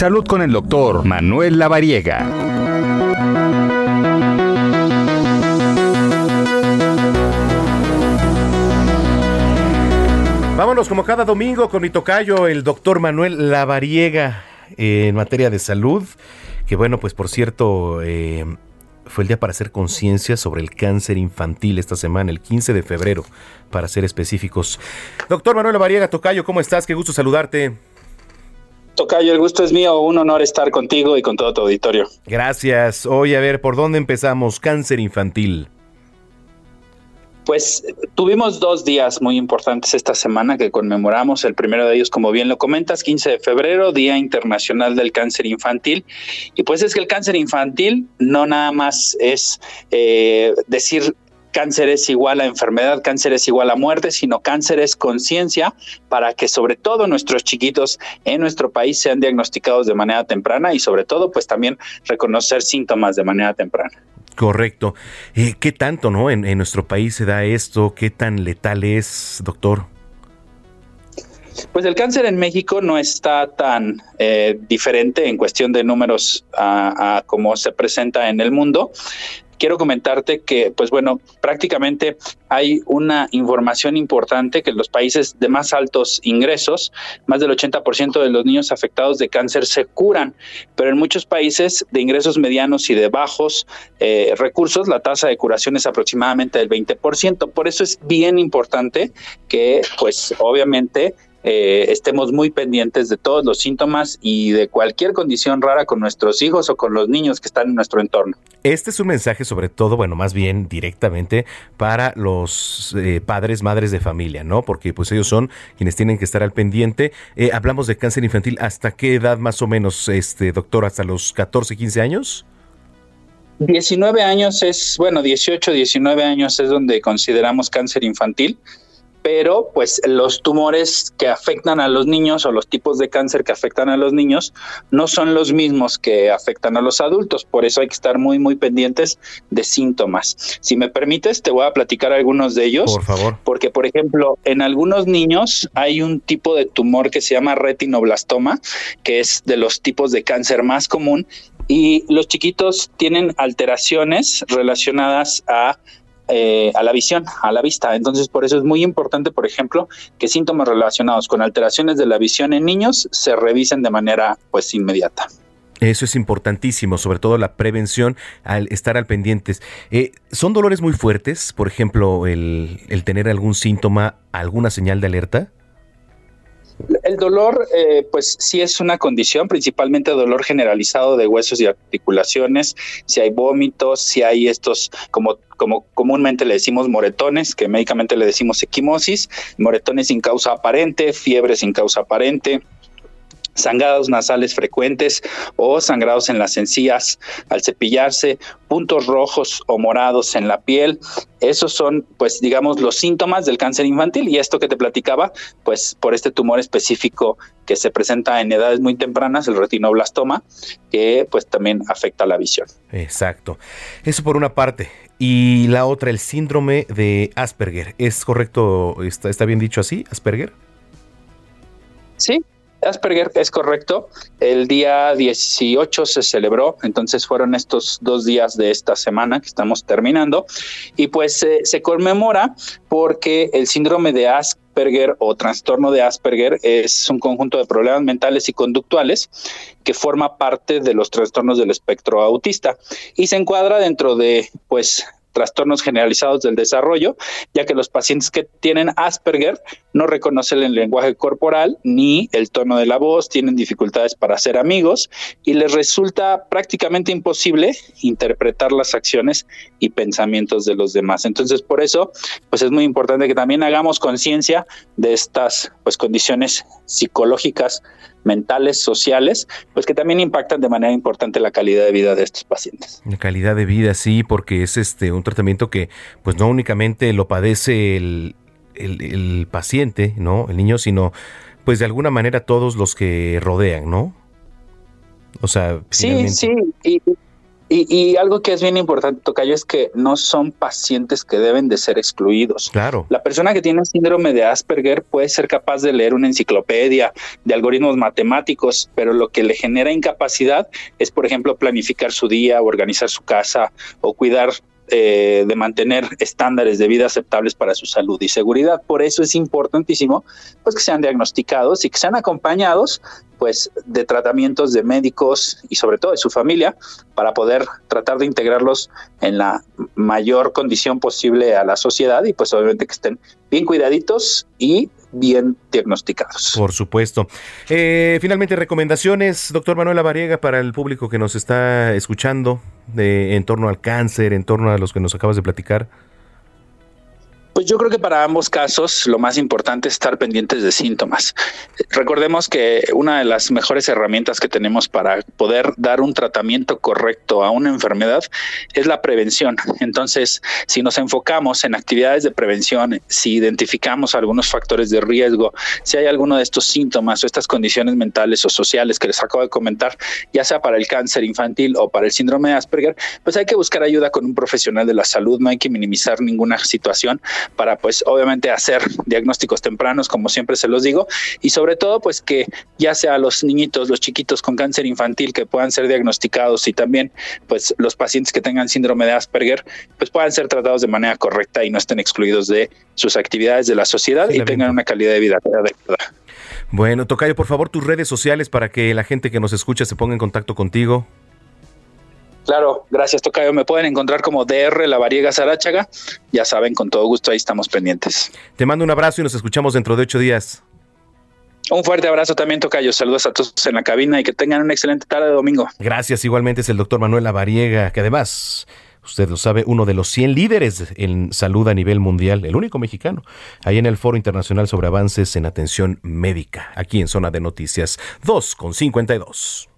Salud con el doctor Manuel Lavariega. Vámonos como cada domingo con mi tocayo, el doctor Manuel Lavariega, en materia de salud, que bueno, pues por cierto, fue el día para hacer conciencia sobre el cáncer infantil esta semana, el 15 de febrero, para ser específicos. Doctor Manuel Lavariega, tocayo, ¿cómo estás? Qué gusto saludarte. Tocayo, el gusto es mío, un honor estar contigo y con todo tu auditorio. Gracias. Oye, a ver, ¿por dónde empezamos? Cáncer infantil. Pues tuvimos 2 días muy importantes esta semana que conmemoramos. El primero de ellos, como bien lo comentas, 15 de febrero, Día Internacional del Cáncer Infantil. Y pues es que el cáncer infantil no nada más es decir cáncer es igual a enfermedad, cáncer es igual a muerte, sino cáncer es conciencia para que sobre todo nuestros chiquitos en nuestro país sean diagnosticados de manera temprana y sobre todo pues también reconocer síntomas de manera temprana. Correcto. ¿Qué tanto, no, en nuestro país se da esto? ¿Qué tan letal es, doctor? Pues el cáncer en México no está tan diferente en cuestión de números a cómo se presenta en el mundo. Quiero comentarte que, pues bueno, prácticamente hay una información importante que en los países de más altos ingresos, más del 80% de los niños afectados de cáncer se curan, pero en muchos países de ingresos medianos y de bajos recursos, la tasa de curación es aproximadamente del 20%. Por eso es bien importante que, pues obviamente, estemos muy pendientes de todos los síntomas y de cualquier condición rara con nuestros hijos o con los niños que están en nuestro entorno. Este es un mensaje sobre todo, bueno, más bien directamente para los padres, madres de familia, ¿no? Porque pues ellos son quienes tienen que estar al pendiente. Hablamos de cáncer infantil, ¿hasta qué edad más o menos, doctor? ¿Hasta los 14, 15 años? 19 años es, bueno, 18, 19 años es donde consideramos cáncer infantil. Pero pues los tumores que afectan a los niños o los tipos de cáncer que afectan a los niños no son los mismos que afectan a los adultos, por eso hay que estar muy muy pendientes de síntomas. Si me permites, te voy a platicar algunos de ellos. Por favor. Porque, por ejemplo, en algunos niños hay un tipo de tumor que se llama retinoblastoma, que es de los tipos de cáncer más común, y los chiquitos tienen alteraciones relacionadas a la visión, a la vista. Entonces, por eso es muy importante, por ejemplo, que síntomas relacionados con alteraciones de la visión en niños se revisen de manera, pues, inmediata. Eso es importantísimo, sobre todo la prevención, al estar al pendientes. ¿Son dolores muy fuertes? Por ejemplo, el tener algún síntoma, alguna señal de alerta. El dolor, pues sí es una condición, principalmente dolor generalizado de huesos y articulaciones, si hay vómitos, si hay estos, como comúnmente le decimos moretones, que médicamente le decimos equimosis, moretones sin causa aparente, fiebre sin causa aparente, sangrados nasales frecuentes o sangrados en las encías al cepillarse, puntos rojos o morados en la piel. Esos son, pues, digamos, los síntomas del cáncer infantil, y esto que te platicaba, pues, por este tumor específico que se presenta en edades muy tempranas, el retinoblastoma, que pues también afecta la visión. Exacto. Eso por una parte. Y la otra, el síndrome de Asperger. ¿Es correcto? ¿Está bien dicho así, Asperger? Sí. Asperger es correcto. El día 18 se celebró, entonces fueron estos 2 días de esta semana que estamos terminando, y pues se conmemora porque el síndrome de Asperger o trastorno de Asperger es un conjunto de problemas mentales y conductuales que forma parte de los trastornos del espectro autista y se encuadra dentro de, pues, trastornos generalizados del desarrollo, ya que los pacientes que tienen Asperger no reconocen el lenguaje corporal ni el tono de la voz, tienen dificultades para hacer amigos y les resulta prácticamente imposible interpretar las acciones y pensamientos de los demás. Entonces, por eso, pues es muy importante que también hagamos conciencia de estas, pues, condiciones psicológicas, mentales, sociales, pues que también impactan de manera importante la calidad de vida de estos pacientes. La calidad de vida, sí, porque es un tratamiento que pues no únicamente lo padece el paciente, ¿no? El niño, sino pues de alguna manera todos los que rodean, ¿no? O sea, finalmente... Sí, Y algo que es bien importante, tocayo, es que no son pacientes que deben de ser excluidos. Claro. La persona que tiene síndrome de Asperger puede ser capaz de leer una enciclopedia de algoritmos matemáticos, pero lo que le genera incapacidad es, por ejemplo, planificar su día, organizar su casa o cuidar de mantener estándares de vida aceptables para su salud y seguridad. Por eso es importantísimo pues que sean diagnosticados y que sean acompañados pues de tratamientos de médicos y sobre todo de su familia para poder tratar de integrarlos en la mayor condición posible a la sociedad y pues obviamente que estén bien cuidaditos y bien diagnosticados. Por supuesto. Finalmente, recomendaciones, doctor Manuel Lavariega, para el público que nos está escuchando en torno al cáncer, en torno a los que nos acabas de platicar. Pues yo creo que para ambos casos lo más importante es estar pendientes de síntomas. Recordemos que una de las mejores herramientas que tenemos para poder dar un tratamiento correcto a una enfermedad es la prevención. Entonces, si nos enfocamos en actividades de prevención, si identificamos algunos factores de riesgo, si hay alguno de estos síntomas o estas condiciones mentales o sociales que les acabo de comentar, ya sea para el cáncer infantil o para el síndrome de Asperger, pues hay que buscar ayuda con un profesional de la salud, no hay que minimizar ninguna situación para pues obviamente hacer diagnósticos tempranos, como siempre se los digo, y sobre todo pues que ya sea los niñitos, los chiquitos con cáncer infantil que puedan ser diagnosticados y también pues los pacientes que tengan síndrome de Asperger pues puedan ser tratados de manera correcta y no estén excluidos de sus actividades de la sociedad y tengan una calidad de vida adecuada. Bueno, tocayo, por favor, tus redes sociales para que la gente que nos escucha se ponga en contacto contigo. Claro, gracias, tocayo. Me pueden encontrar como DR Lavariega Saráchaga. Ya saben, con todo gusto ahí estamos pendientes. Te mando un abrazo y nos escuchamos dentro de 8 días. Un fuerte abrazo también, tocayo. Saludos a todos en la cabina y que tengan una excelente tarde de domingo. Gracias, igualmente es el doctor Manuel Lavariega, que además, usted lo sabe, uno de los 100 líderes en salud a nivel mundial, el único mexicano, ahí en el Foro Internacional sobre Avances en Atención Médica, aquí en Zona de Noticias 2:52.